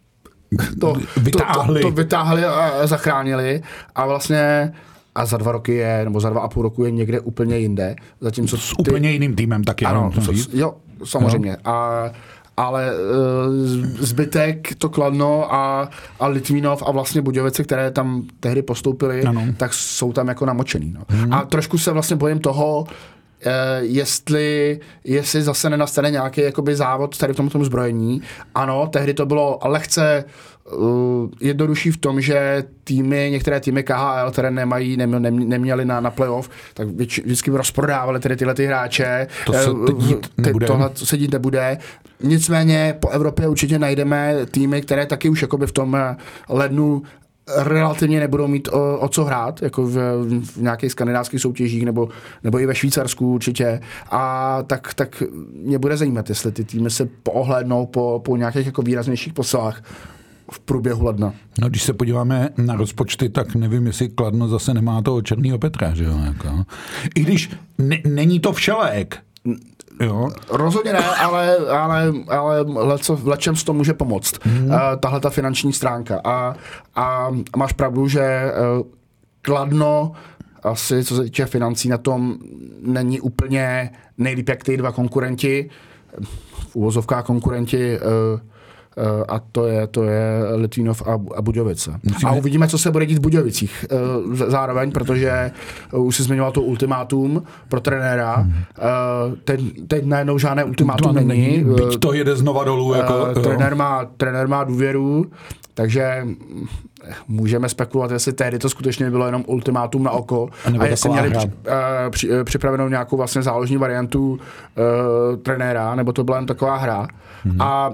Speaker 2: To,
Speaker 1: vytáhli.
Speaker 2: To, to, to vytáhli a zachránili a vlastně a za dva roky je, nebo za dva a půl roku je někde úplně jinde. Zatímco
Speaker 1: s ty, úplně jiným týmem taky.
Speaker 2: Ano, co, jo, samozřejmě. Jo. A, ale zbytek, to Kladno a, a Litvínov a vlastně Budějovice, které tam tehdy postoupily, ano. tak jsou tam jako namočený. No. Hmm. A trošku se vlastně bojím toho, jestli, jestli zase nenastane nějaký jakoby závod tady v tomto zbrojení. Ano, tehdy to bylo lehce uh, jednodušší v tom, že týmy, některé týmy K H L, které nemají, nem, nem, neměli na, na playoff, tak vždy, vždycky rozprodávali tedy tyhle ty hráče.
Speaker 1: To se teď dít nebude.
Speaker 2: Tohle se dít nebude. Nicméně po Evropě určitě najdeme týmy, které taky už jakoby v tom lednu relativně nebudou mít o, o co hrát, jako v, v nějakých skandinávských soutěžích nebo, nebo i ve Švýcarsku určitě. A tak, tak mě bude zajímat, jestli ty týmy se poohlédnou po, po nějakých jako výraznějších posilách v průběhu ledna.
Speaker 1: No, když se podíváme na rozpočty, tak nevím, jestli Kladno zase nemá toho Černýho Petra, že jo? Jako. I když ne, není to všelék. Jo.
Speaker 2: Rozhodně ne, ale, ale, ale leco, v lečem to může pomoct. Hmm. Uh, tahle ta finanční stránka. A, a máš pravdu, že uh, Kladno asi, co se týče financí, na tom není úplně nejlíp jak ty dva konkurenti, v uvozovkách konkurenti, uh, Uh, a to je, to je Litvínov a, a Budějovice. Musíme... A uvidíme, co se bude dít v Budějovicích uh, zároveň, protože uh, už si zmiňoval to ultimátum pro trenéra. Hmm. Uh, teď, teď najednou žádné ultimátum není. není.
Speaker 1: Byť to jede znova dolů. Jako,
Speaker 2: uh, trenér, má, trenér má důvěru, takže můžeme spekulovat, jestli tehdy to skutečně bylo jenom ultimátum na oko a, a jestli měli při, uh, při, uh, připravenou nějakou vlastně záložní variantu uh, trenéra, nebo to byla jen taková hra. Hmm. A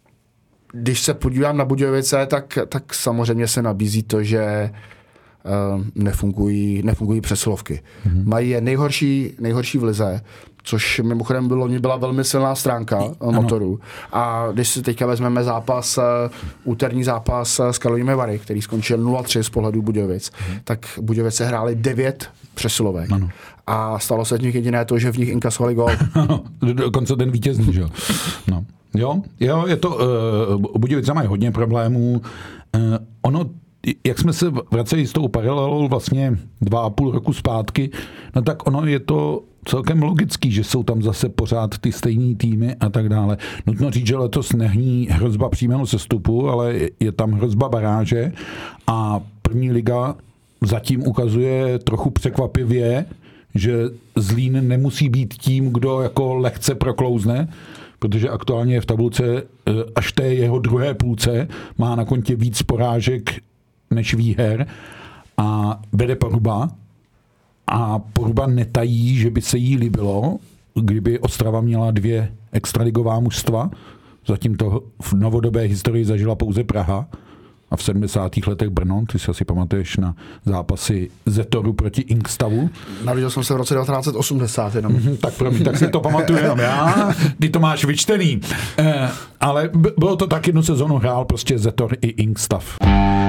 Speaker 2: když se podívám na Budějovice, tak, tak samozřejmě se nabízí to, že uh, nefungují, nefungují přesilovky. Mm-hmm. Mají je nejhorší, nejhorší v lize, což mimochodem bylo, byla velmi silná stránka uh, motoru. A když si teďka vezmeme zápas, uh, úterní zápas uh, s Karlovými Vary, který skončil nula tři z pohledu Budějovic, mm-hmm. tak Budějovice hráli devět přesilovek. Ano. A stalo se z nich jediné to, že v nich inkasovali gól.
Speaker 1: Dokonce ten vítězný, že jo. No. Jo, jo, je to, uh, Budějovice mají hodně problémů. Uh, ono, jak jsme se vraceli s tou paralelou vlastně dva a půl roku zpátky, no tak ono je to celkem logický, že jsou tam zase pořád ty stejný týmy a tak dále. Nutno říct, že letos není hrozba přímého sestupu, ale je tam hrozba baráže a první liga zatím ukazuje trochu překvapivě, že Zlín nemusí být tím, kdo jako lehce proklouzne, protože aktuálně je v tabulce až té jeho druhé půlce, má na kontě víc porážek než výher a vede Poruba. A Poruba netají, že by se jí líbilo, kdyby Ostrava měla dvě extraligová mužstva. Zatím to v novodobé historii zažila pouze Praha a v sedmdesátých letech Brno. Ty si asi pamatuješ na zápasy Zetoru proti Inkstavu.
Speaker 2: Narodil jsem se v roce devatenáct set osmdesát jenom.
Speaker 1: Mm-hmm, tak pro mě, tak si to pamatuju jenom já. Ty to máš vyčtený. Eh, ale b- bylo to tak, jednu sezonu hrál prostě Zetor i Inkstav.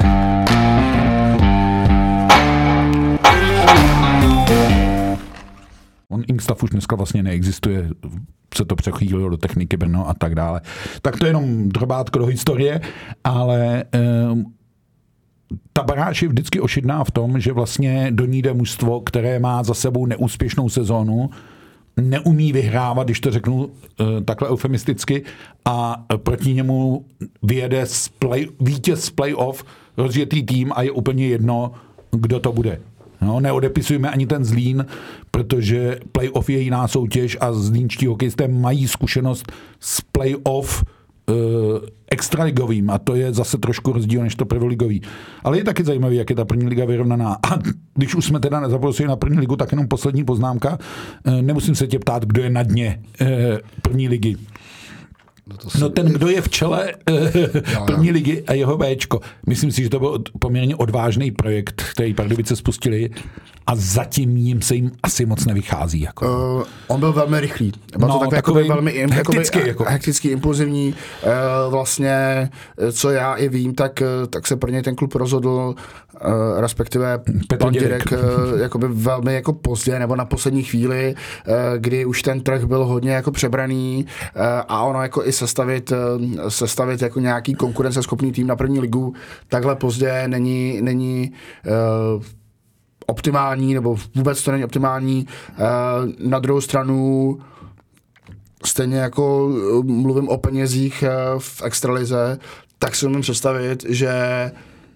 Speaker 1: On Inkstav už dneska vlastně neexistuje, se to přechýlilo do Techniky Brno a tak dále. Tak to je jenom drobátko do historie, ale eh, ta baráž je vždycky ošidná v tom, že vlastně do ní jde mužstvo, které má za sebou neúspěšnou sezónu, neumí vyhrávat, když to řeknu eh, takhle eufemisticky, a proti němu vyjede z play, vítěz z playoff, rozjetý tým a je úplně jedno, kdo to bude. No, neodepisujeme ani ten Zlín, protože playoff je jiná soutěž a zlínští hokejisté mají zkušenost s playoff e, extraligovým a to je zase trošku rozdíl než to prvoligový. Ale je taky zajímavý, jak je ta první liga vyrovnaná. A když už jsme teda nezaprosili na první ligu, tak jenom poslední poznámka. E, nemusím se tě ptát, kdo je na dně e, první ligy. No, si... no ten, kdo je v čele uh, první ligy a jeho Bčko. Myslím si, že to byl poměrně odvážný projekt, který Pardubice spustili a zatím jim se jim asi moc nevychází. Jako.
Speaker 2: Uh, on byl velmi rychlý. Byl no, to takový, takový velmi
Speaker 1: hektický,
Speaker 2: jakoby,
Speaker 1: jako.
Speaker 2: hektický, impulzivní. Uh, vlastně, co já i vím, tak, tak se pro něj ten klub rozhodl, uh, respektive pan Dědek, uh, jakoby velmi jako pozdě, nebo na poslední chvíli, uh, kdy už ten trh byl hodně jako přebraný uh, a ono jako i sestavit, uh, sestavit jako nějaký konkurenceschopný tým na první ligu takhle pozdě není, není uh, optimální, nebo vůbec to není optimální. Na druhou stranu stejně jako mluvím o penězích v extralize, tak si umím představit, že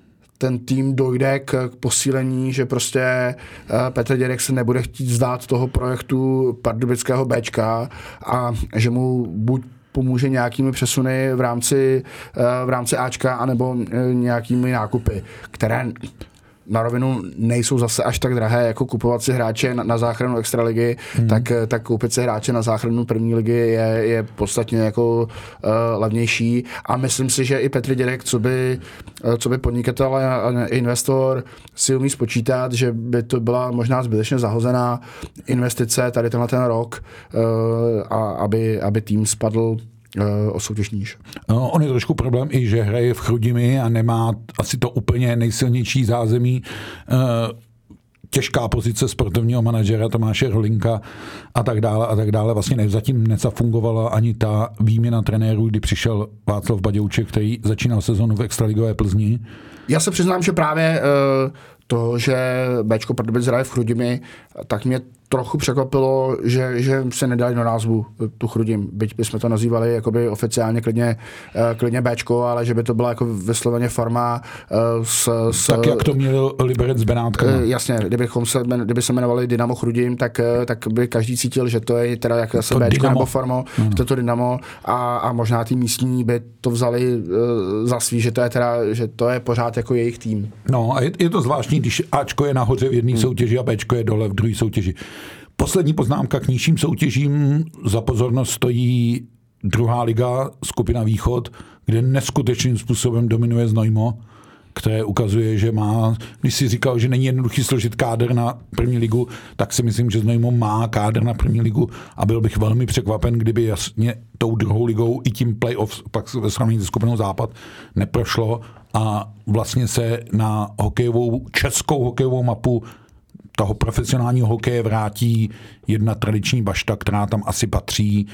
Speaker 2: ten tým dojde k posílení, že prostě Petr Dědek se nebude chtít vzdát toho projektu pardubického Bčka a že mu buď pomůže nějakými přesuny v rámci, v rámci Ačka anebo nějakými nákupy, které na rovinu nejsou zase až tak drahé, jako kupovat si hráče na, na záchranu extraligy, hmm. tak, tak koupit si hráče na záchranu první ligy je, je podstatně jako uh, levnější a myslím si, že i Petr Dědek, co by, uh, co by podnikatel a investor si umí spočítat, že by to byla možná zbytečně zahozená investice tady tenhle ten rok, uh, a aby, aby tým spadl o soutěž níž.
Speaker 1: No, on je trošku problém i, že hraje v Chrudimi a nemá asi to úplně nejsilnější zázemí. Těžká pozice sportovního manažera Tomáše Rolinka a tak dále a tak dále. Vlastně ne, zatím nezafungovala ani ta výměna trenérů, kdy přišel Václav Baděuček, který začínal sezonu v extraligové Plzni.
Speaker 2: Já se přiznám, že právě to, že Bčko Pardubic hraje v Chrudimi, tak mě trochu překvapilo, že, že se nedali do názvu tu Chrudim, byť bychom to nazývali jakoby oficiálně klidně, klidně Bčko, ale že by to byla jako vysloveně forma s, s...
Speaker 1: Tak jak to měl Liberec s Benátkama.
Speaker 2: Jasně, kdybychom se, kdyby se jmenovali Dynamo Chrudim, tak, tak by každý cítil, že to je teda jak se Bčko nebo formo, hmm. že to je to Dynamo a, a možná ty místní by to vzali uh, za svý, že to je teda, že to je pořád jako jejich tým.
Speaker 1: No a je, je to zvláštní, když Ačko je nahoře v jedné hmm. soutěži a Bčko je dole v druhé soutěži. Poslední poznámka k nižším soutěžím. Za pozornost stojí druhá liga, skupina Východ, kde neskutečným způsobem dominuje Znojmo, které ukazuje, že má, když si říkal, že není jednoduchý složit kádr na první ligu, tak si myslím, že Znojmo má kádr na první ligu a byl bych velmi překvapen, kdyby jasně tou druhou ligou i tím playoff pak ve srovnání se skupinou Západ neprošlo a vlastně se na hokejovou, českou hokejovou mapu toho profesionálního hokeje vrátí jedna tradiční bašta, která tam asi patří.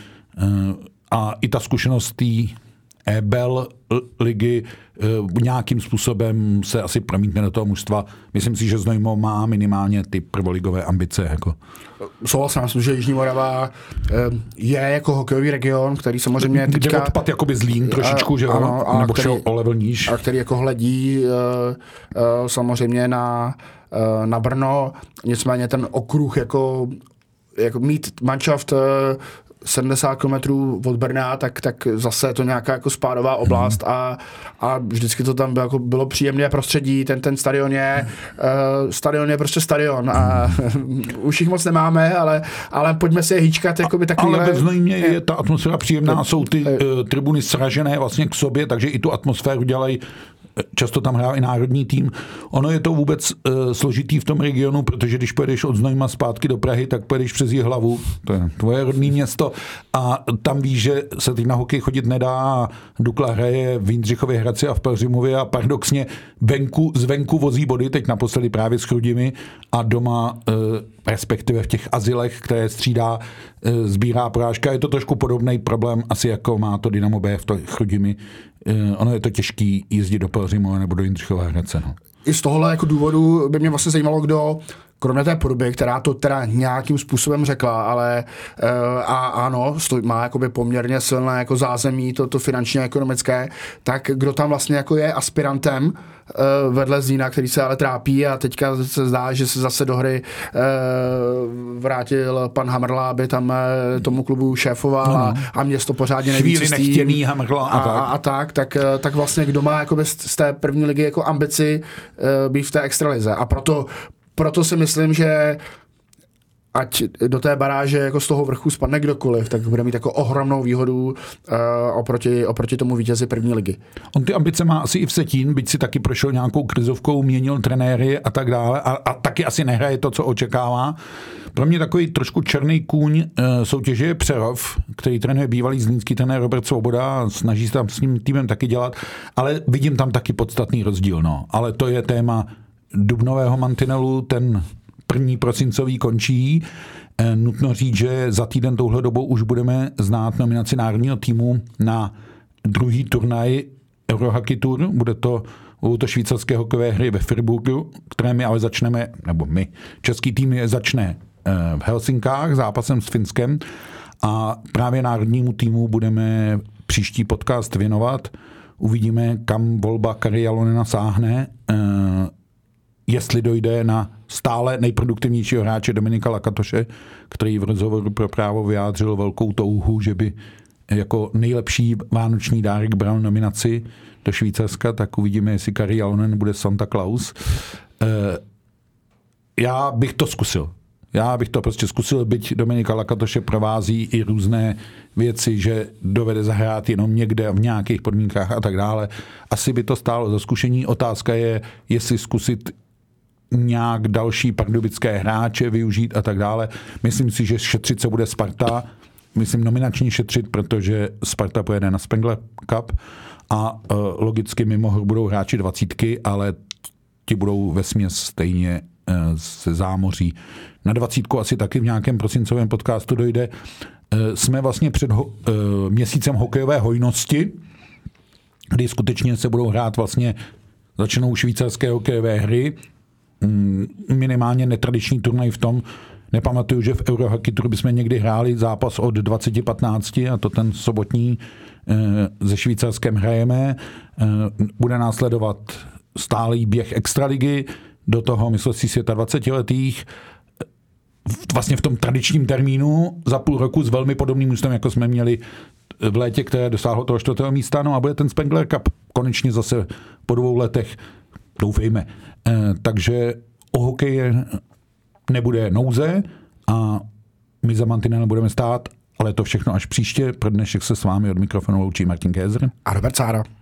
Speaker 1: A i ta zkušenost té E B L ligy nějakým způsobem se asi promítne do toho mužstva. Myslím si, že Znojmo má minimálně ty prvoligové ambice. Jako.
Speaker 2: Souhlasím, myslím, že Jižní Morava je jako hokejový region, který samozřejmě teďka...
Speaker 1: Kde odpad jakoby Zlín trošičku, že ano, a nebo který, šel o level níž.
Speaker 2: A který jako hledí samozřejmě na na Brno, nicméně ten okruh jako, jako mít manšaft sedmdesát kilometrů od Brna, tak, tak zase je to nějaká jako spádová oblast a, a vždycky to tam bylo, jako bylo příjemné prostředí, ten, ten stadion je uh, stadion je prostě stadion a už jich moc nemáme, ale, ale pojďme si je hýčkat jakoby takovýhle.
Speaker 1: Ale ve Znojmě je ta atmosféra příjemná, jsou ty uh, tribuny sražené vlastně k sobě, takže i tu atmosféru dělají. Často tam hrál i národní tým. Ono je to vůbec uh, složitý v tom regionu, protože když pojedeš od Znojma zpátky do Prahy, tak pojedeš přes Jihlavu, to je tvoje rodné město a tam víš, že se teď na hokej chodit nedá a Dukla hraje v Jindřichově Hradci a v Pelhřimově a paradoxně venku, zvenku vozí body, teď naposledy právě s Chrudimi a doma uh, respektive v těch azylech, které střídá, uh, sbírá porážka. Je to trošku podobný problém, asi jako má to Dynamo B v to Chrudimi. Ono je to těžký jezdit do Pelhřimova nebo do Jindřichova Hradce. No.
Speaker 2: I z tohohle jako důvodu by mě vlastně zajímalo, kdo, kromě té podoby, která to teda nějakým způsobem řekla, ale uh, a ano, stoj, má jakoby poměrně silné jako zázemí, to, to finančně ekonomické, tak kdo tam vlastně jako je aspirantem uh, vedle Zlína, který se ale trápí a teďka se zdá, že se zase do hry uh, vrátil pan Hamrla, aby tam uh, tomu klubu šéfoval no. a, a město pořádně neví,
Speaker 1: chvíli nechtěný Hamrla a,
Speaker 2: a, a, a tak, tak, tak vlastně kdo má jakoby z té první ligy jako ambici uh, být v té extralize a proto Proto si myslím, že ať do té baráže jako z toho vrchu spadne kdokoliv, tak bude mít jako ohromnou výhodu uh, oproti, oproti tomu vítězi první ligy.
Speaker 1: On ty ambice má asi i v Setín, byť si taky prošel nějakou krizovkou, měnil trenéry a tak dále a, a taky asi nehraje to, co očekává. Pro mě takový trošku černý kůň uh, soutěže je Přerov, který trénuje bývalý zlínský trenér Robert Svoboda a snaží se tam s ním týmem taky dělat, ale vidím tam taky podstatný rozdíl. No. Ale to je téma dubnového mantinelu, ten první prosincový končí. E, nutno říct, že za týden touhle dobou už budeme znát nominaci národního týmu na druhý turnaj Eurohockey Tour. Bude to, budou to švýcarské hokejové hry ve Friburgu, které my ale začneme, nebo my, český tým je začne e, v Helsinkách zápasem s Finskem a právě národnímu týmu budeme příští podcast věnovat. Uvidíme, kam volba Kari Jalonena sáhne, jestli dojde na stále nejproduktivnějšího hráče Dominika Lakatoše, který v rozhovoru pro Právo vyjádřil velkou touhu, že by jako nejlepší vánoční dárek bral nominaci do Švýcarska, tak uvidíme, jestli Kari Jalonen bude Santa Claus. Já bych to zkusil. Já bych to prostě zkusil, byť Dominika Lakatoše provází i různé věci, že dovede zahrát jenom někde v nějakých podmínkách a tak dále. Asi by to stálo za zkušení. Otázka je, jestli zkusit nějak další pardubické hráče využít a tak dále. Myslím si, že šetřit se bude Sparta. Myslím nominačně šetřit, protože Sparta pojede na Spengler Cup a uh, logicky mimo budou hráči dvacítky, ale ti budou vesměs stejně uh, ze zámoří. Na dvacítku asi taky v nějakém prosincovém podcastu dojde. Uh, jsme vlastně před ho, uh, měsícem hokejové hojnosti, kdy skutečně se budou hrát vlastně, začnou švýcarské hokejové hry, um, minimálně netradiční turnaj v tom, nepamatuju, že v Eurohockey Tour bychom někdy hráli zápas od dvacet patnáct a to ten sobotní e, se Švýcarskem hrajeme. E, bude následovat stálý běh extraligy, do toho mistrovství světa dvacetiletých, vlastně v tom tradičním termínu za půl roku s velmi podobným ústem, jako jsme měli v létě, které dosáhlo toho čtvrtého místa, no a bude ten Spengler Cup konečně zase po dvou letech, doufejme. E, takže o hokeji nebude nouze a my za mantinelem budeme stát, ale to všechno až příště. Pro dnešek se s vámi od mikrofonu loučí Martin Kézer
Speaker 2: a Robert Sára.